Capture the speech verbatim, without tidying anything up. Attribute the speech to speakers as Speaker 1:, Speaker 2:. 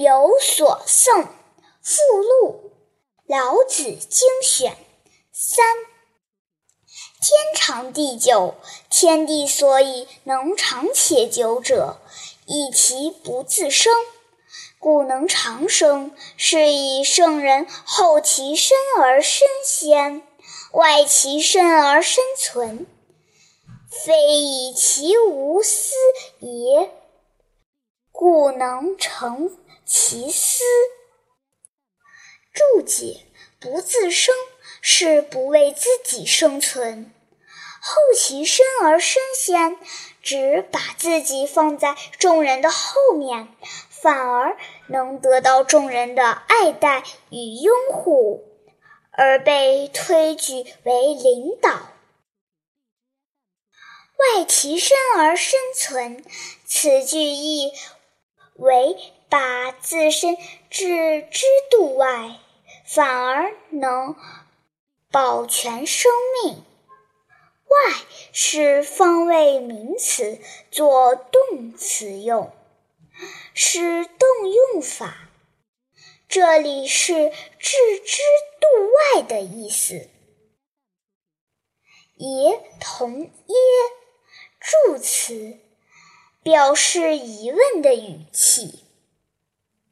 Speaker 1: 有所诵附录，老子精选三。天长地久，天地所以能长且久者，以其不自生。故能长生，是以圣人后其身而身先，外其身而身存，非以其无私也，故能成其私。注解：不自生是不为自己生存，后其身而身先，指把自己放在众人的后面，反而能得到众人的爱戴与拥护，而被推举为领导。外其身而身存，此句意为把自身置之度外，反而能保全生命。外是方位名词，作动词用，是动用法，这里是置之度外的意思。也同耶助词，表示疑问的语气。